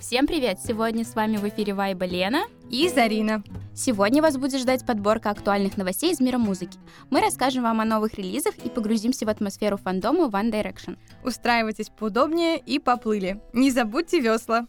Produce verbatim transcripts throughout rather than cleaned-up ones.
Всем привет! Сегодня с вами в эфире Вайба Лена и Зарина. Сегодня вас будет ждать подборка актуальных новостей из мира музыки. Мы расскажем вам о новых релизах и погрузимся в атмосферу фандома One Direction. Устраивайтесь поудобнее и поплыли. Не забудьте весла.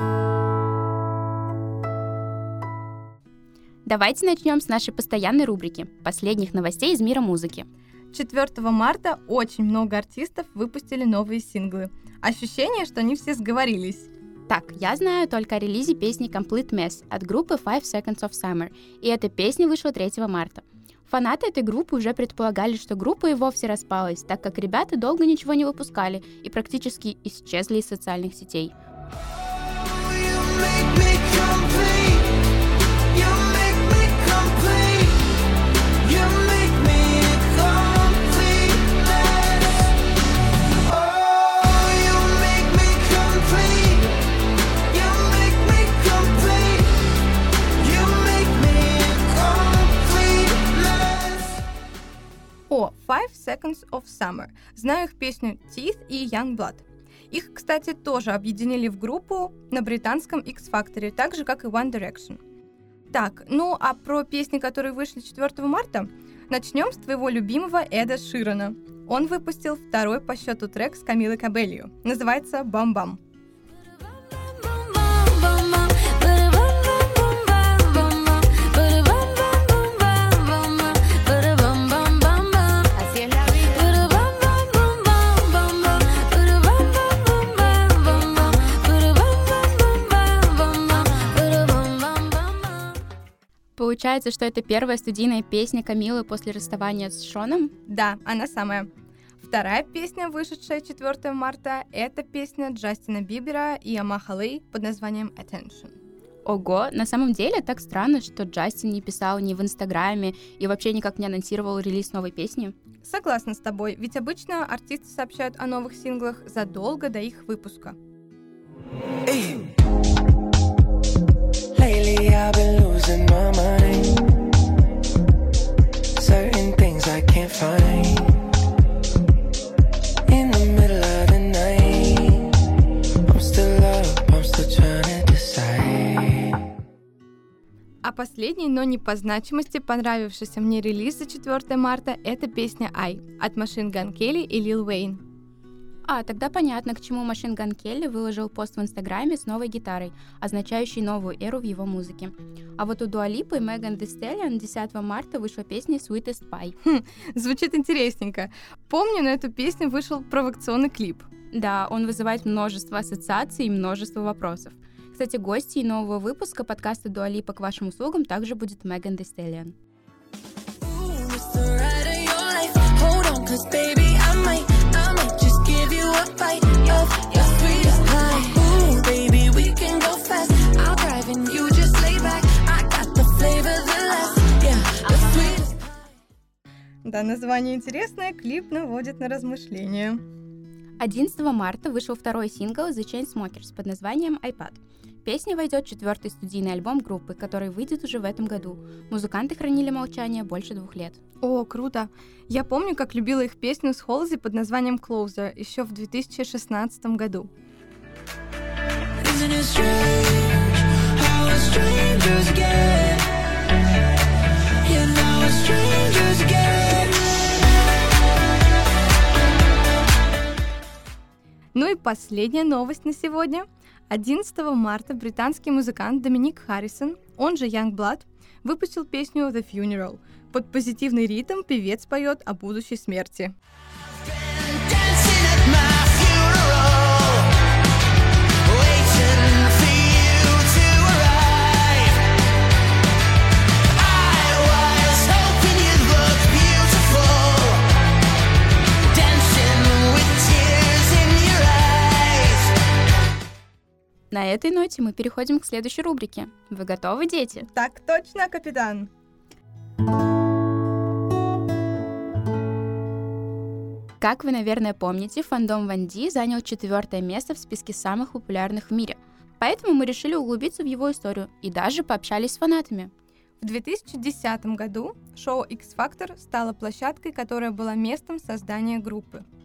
Давайте начнем с нашей постоянной рубрики «Последних новостей из мира музыки». четвёртого марта очень много артистов выпустили новые синглы. Ощущение, что они все сговорились. Так, я знаю только о релизе песни Complete Mess от группы Five Seconds of Summer, и эта песня вышла третьего марта. Фанаты этой группы уже предполагали, что группа и вовсе распалась, так как ребята долго ничего не выпускали и практически исчезли из социальных сетей. О, Five Seconds of Summer. Знаю их песню Teeth и Young Blood. Их, кстати, тоже объединили в группу на британском X-Factor, так же, как и One Direction. Так, ну а про песни, которые вышли четвёртого марта, начнем с твоего любимого Эда Ширана. Он выпустил второй по счету трек с Камилой Кабелло. Называется «Бам-бам». Получается, что это первая студийная песня Камилы после расставания с Шоном? Да, она самая. Вторая песня, вышедшая четвёртого марта, это песня Джастина Бибера и Амаха Лей под названием Attention. Ого, на самом деле так странно, что Джастин не писал ни в Инстаграме и вообще никак не анонсировал релиз новой песни. Согласна с тобой, ведь обычно артисты сообщают о новых синглах задолго до их выпуска. Lately I've been losing my mind. Certain things I can't find. In the middle of the night, I'm still up, I'm still trying to decide. А последний, но не по значимости, понравившийся мне релиз за четвёртого марта, это песня «I» от Machine Gun Kelly и Lil Wayne. А, тогда понятно, к чему Machine Gun Kelly выложил пост в Инстаграме с новой гитарой, означающей новую эру в его музыке. А вот у Дуа Липы и Megan Thee Stallion десятого марта вышла песня Sweetest Pie. Хм, звучит интересненько. Помню, на эту песню вышел провокационный клип. Да, он вызывает множество ассоциаций и множество вопросов. Кстати, гостьей нового выпуска подкаста Дуа Липа к вашим услугам также будет Megan Thee Stallion. Да, название интересное, клип наводит на размышления. одиннадцатого марта вышел второй сингл The Chainsmokers под названием iPad. Песня войдет в четвертый студийный альбом группы, который выйдет уже в этом году. Музыканты хранили молчание больше двух лет. О, круто! Я помню, как любила их песню с Halsey под названием Closer еще в две тысячи шестнадцатом году. Ну и последняя новость на сегодня. одиннадцатого марта британский музыкант Доминик Харрисон, он же Young Blood, выпустил песню The Funeral. Под позитивный ритм певец поет о будущей смерти. На этой ноте мы переходим к следующей рубрике. Вы готовы, дети? Так точно, капитан! Как вы, наверное, помните, фандом One D занял четвертое место в списке самых популярных в мире. Поэтому мы решили углубиться в его историю и даже пообщались с фанатами. В две тысячи десятом году шоу X-Factor стало площадкой, которая была местом создания группы.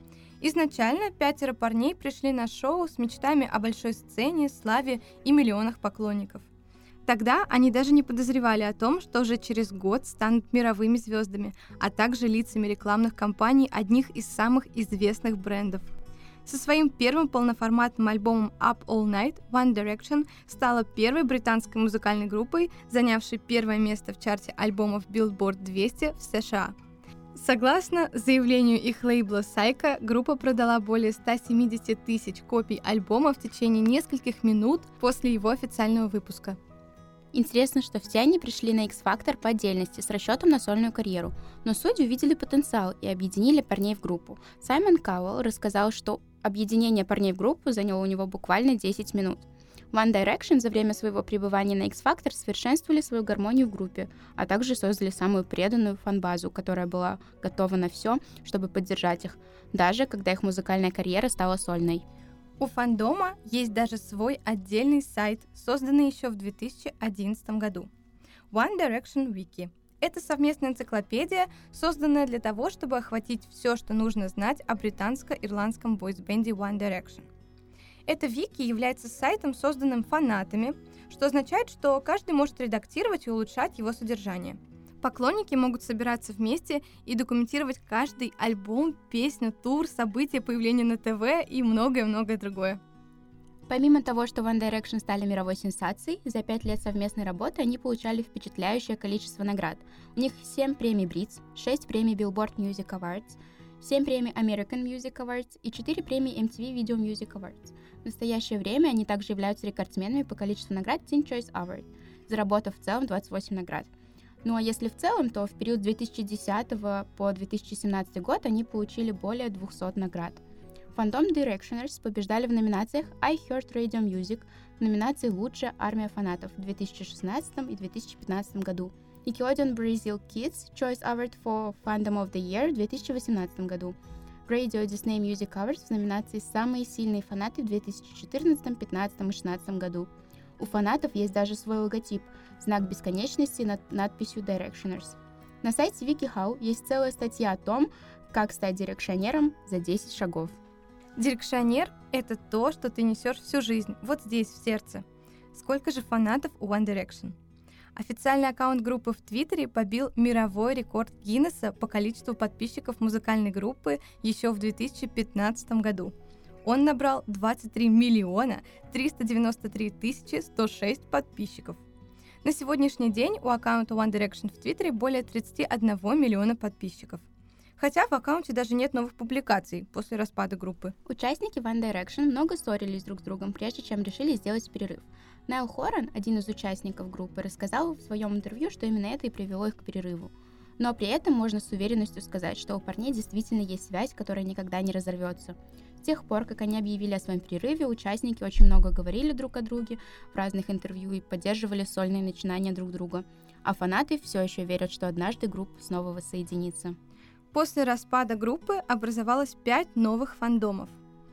Изначально пятеро парней пришли на шоу с мечтами о большой сцене, славе и миллионах поклонников. Тогда они даже не подозревали о том, что уже через год станут мировыми звездами, а также лицами рекламных кампаний одних из самых известных брендов. Со своим первым полноформатным альбомом Up All Night One Direction стала первой британской музыкальной группой, занявшей первое место в чарте альбомов Billboard двести в США. Согласно заявлению их лейбла Psycho, группа продала более ста семидесяти тысяч копий альбома в течение нескольких минут после его официального выпуска. Интересно, что все они пришли на X-Factor по отдельности с расчетом на сольную карьеру, но судьи увидели потенциал и объединили парней в группу. Саймон Кауэлл рассказал, что объединение парней в группу заняло у него буквально десять минут. One Direction за время своего пребывания на X-Factor совершенствовали свою гармонию в группе, а также создали самую преданную фан-базу, которая была готова на все, чтобы поддержать их, даже когда их музыкальная карьера стала сольной. У фандома есть даже свой отдельный сайт, созданный еще в две тысячи одиннадцатом году. One Direction Wiki. Это совместная энциклопедия, созданная для того, чтобы охватить все, что нужно знать о британско-ирландском бойсбенде One Direction. Это вики является сайтом, созданным фанатами, что означает, что каждый может редактировать и улучшать его содержание. Поклонники могут собираться вместе и документировать каждый альбом, песню, тур, события, появление на ТВ и многое-многое другое. Помимо того, что One Direction стали мировой сенсацией, за пять лет совместной работы они получали впечатляющее количество наград. У них семь премий Brits, шесть премий Billboard Music Awards, семь премий American Music Awards и четыре премии эм ти ви Video Music Awards. В настоящее время они также являются рекордсменами по количеству наград Teen Choice Award, заработав в целом двадцать восемь наград. Ну а если в целом, то в период с две тысячи десятого по две тысячи семнадцатый год они получили более двухсот наград. Фандом Directioners побеждали в номинациях iHeart Radio Music, в номинации «Лучшая армия фанатов» в две тысячи шестнадцатом и две тысячи пятнадцатом году, Nickelodeon Brazil Kids Choice Award for Fandom of the Year в две тысячи восемнадцатом году, Radio Disney Music Awards в номинации «Самые сильные фанаты» в две тысячи четырнадцатом, пятнадцатом и шестнадцатом году. У фанатов есть даже свой логотип – знак бесконечности над надписью Directioners. На сайте WikiHow есть целая статья о том, как стать дирекшионером за десять шагов. Дирекшионер — это то, что ты несешь всю жизнь, вот здесь, в сердце. Сколько же фанатов у One Direction? Официальный аккаунт группы в Твиттере побил мировой рекорд Гиннесса по количеству подписчиков музыкальной группы еще в две тысячи пятнадцатом году. Он набрал двадцать три миллиона триста девяносто три тысячи сто шесть подписчиков. На сегодняшний день у аккаунта One Direction в Твиттере более тридцать один миллиона подписчиков. Хотя в аккаунте даже нет новых публикаций после распада группы. Участники One Direction много ссорились друг с другом, прежде чем решили сделать перерыв. Найл Хоран, один из участников группы, рассказал в своем интервью, что именно это и привело их к перерыву. Но при этом можно с уверенностью сказать, что у парней действительно есть связь, которая никогда не разорвется. С тех пор, как они объявили о своем перерыве, участники очень много говорили друг о друге в разных интервью и поддерживали сольные начинания друг друга. А фанаты все еще верят, что однажды группа снова воссоединится. После распада группы образовалось пять новых фандомов.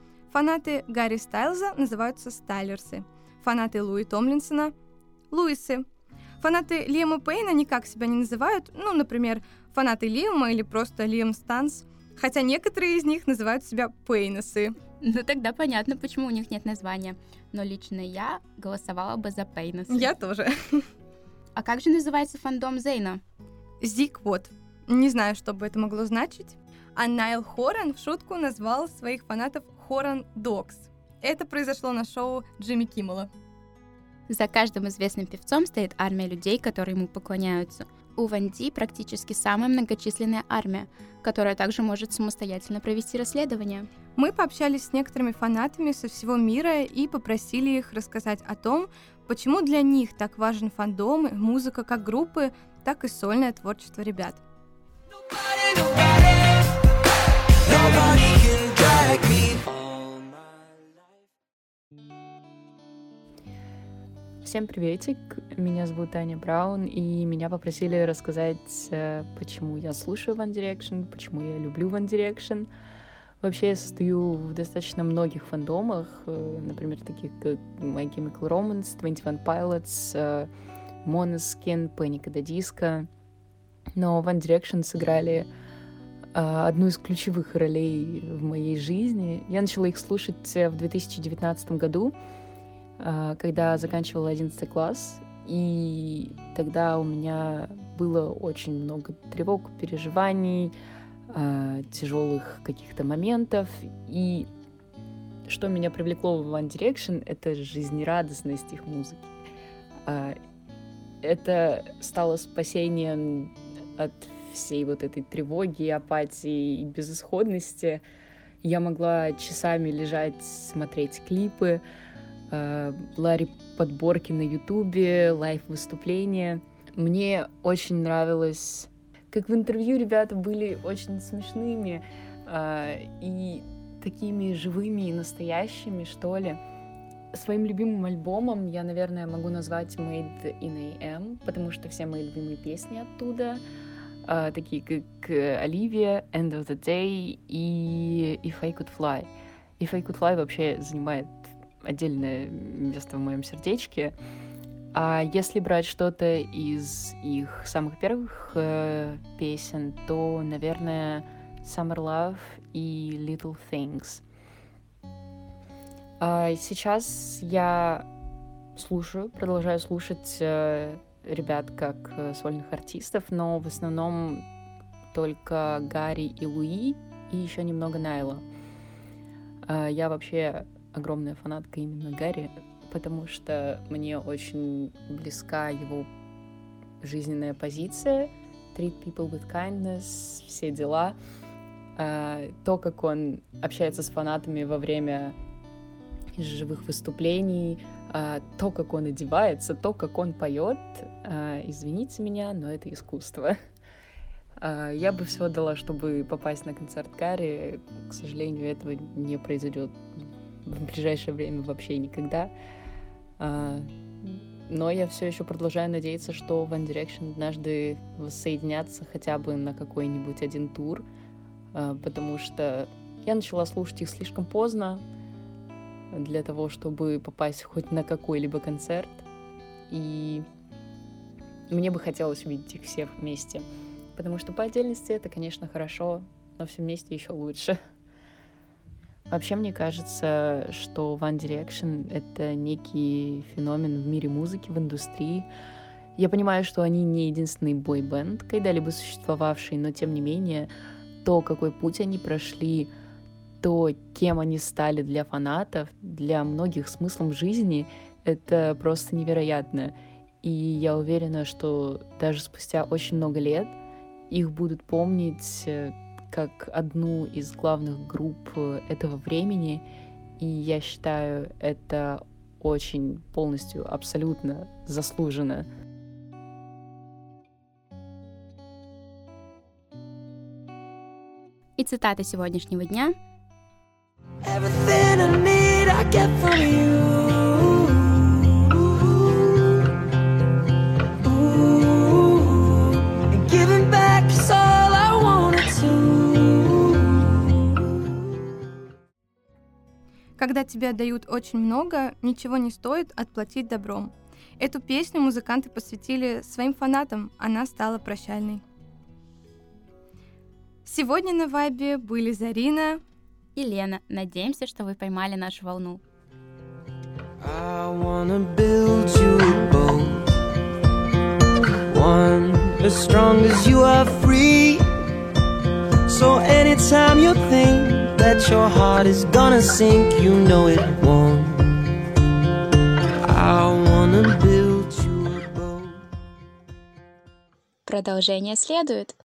Фанаты Гарри Стайлза называются Стайлерсы, фанаты Луи Томлинсона – Луисы. Фанаты Лиама Пейна никак себя не называют, ну, например, фанаты Лиама или просто Лиам Станс, хотя некоторые из них называют себя Пейнесы. Ну, тогда понятно, почему у них нет названия. Но лично я голосовала бы за Пейнесы. Я тоже. А как же называется фандом Зейна? Зиквот. Не знаю, что бы это могло значить. А Найл Хоран в шутку назвал своих фанатов Хоран Догс. Это произошло на шоу Джимми Киммела. За каждым известным певцом стоит армия людей, которые ему поклоняются. У Ван Ди практически самая многочисленная армия, которая также может самостоятельно провести расследование. Мы пообщались с некоторыми фанатами со всего мира и попросили их рассказать о том, почему для них так важен фандом и музыка как группы, так и сольное творчество ребят. Всем приветик, меня зовут Аня Браун, и меня попросили рассказать, почему я слушаю One Direction, почему я люблю One Direction. Вообще я состою в достаточно многих фандомах, например, таких как My Chemical Romance, Twenty One Pilots, Måneskin, Panic! At the Disco. Но One Direction сыграли одну из ключевых ролей в моей жизни. Я начала их слушать в две тысячи девятнадцатом году, когда заканчивала одиннадцатый класс, и тогда у меня было очень много тревог, переживаний, тяжелых каких-то моментов, и что меня привлекло в One Direction — это жизнерадостность их музыки. Это стало спасением от всей вот этой тревоги, апатии и безысходности. Я могла часами лежать, смотреть клипы, была подборки на Ютубе, лайв-выступления. Мне очень нравилось, как в интервью ребята были очень смешными и такими живыми и настоящими, что ли. Своим любимым альбомом я, наверное, могу назвать Made in эй эм, потому что все мои любимые песни оттуда, э, такие как Olivia, End of the Day и If I Could Fly. If I Could Fly вообще занимает отдельное место в моем сердечке. А если брать что-то из их самых первых э, песен, то, наверное, Summer Love и Little Things. А сейчас я слушаю, продолжаю слушать э, ребят как э, сольных артистов, но в основном только Гарри и Луи, и еще немного Найла. А я вообще огромная фанатка именно Гарри, потому что мне очень близка его жизненная позиция, treat people with kindness, все дела. То, как он общается с фанатами во время живых выступлений, то, как он одевается, то, как он поет. Извините меня, но это искусство. Я бы все дала, чтобы попасть на концерт Гарри. К сожалению, этого не произойдет в ближайшее время вообще никогда. Но я все еще продолжаю надеяться, что One Direction однажды воссоединятся хотя бы на какой-нибудь один тур, потому что я начала слушать их слишком поздно для того, чтобы попасть хоть на какой-либо концерт. И мне бы хотелось увидеть их всех вместе, потому что по отдельности это, конечно, хорошо, но все вместе еще лучше. Вообще, мне кажется, что One Direction — это некий феномен в мире музыки, в индустрии. Я понимаю, что они не единственный бой-бенд, когда-либо существовавший, но тем не менее, то, какой путь они прошли, то, кем они стали для фанатов, для многих смыслом жизни, это просто невероятно. И я уверена, что даже спустя очень много лет их будут помнить как одну из главных групп этого времени, и я считаю, это очень полностью, абсолютно заслуженно. И цитата сегодняшнего дня. Everything I need, I get from you. Ooh, and giving back is all I wanted to. Когда тебе дают очень много, ничего не стоит отплатить добром. Эту песню музыканты посвятили своим фанатам, она стала прощальной. Сегодня на Вайбе были Зарина и Лена. Надеемся, что вы поймали нашу волну. I wanna build you a boat, one as strong as you are free. So anytime you think that your heart is gonna sink, you know it won't. I wanna build you a boat. Продолжение следует.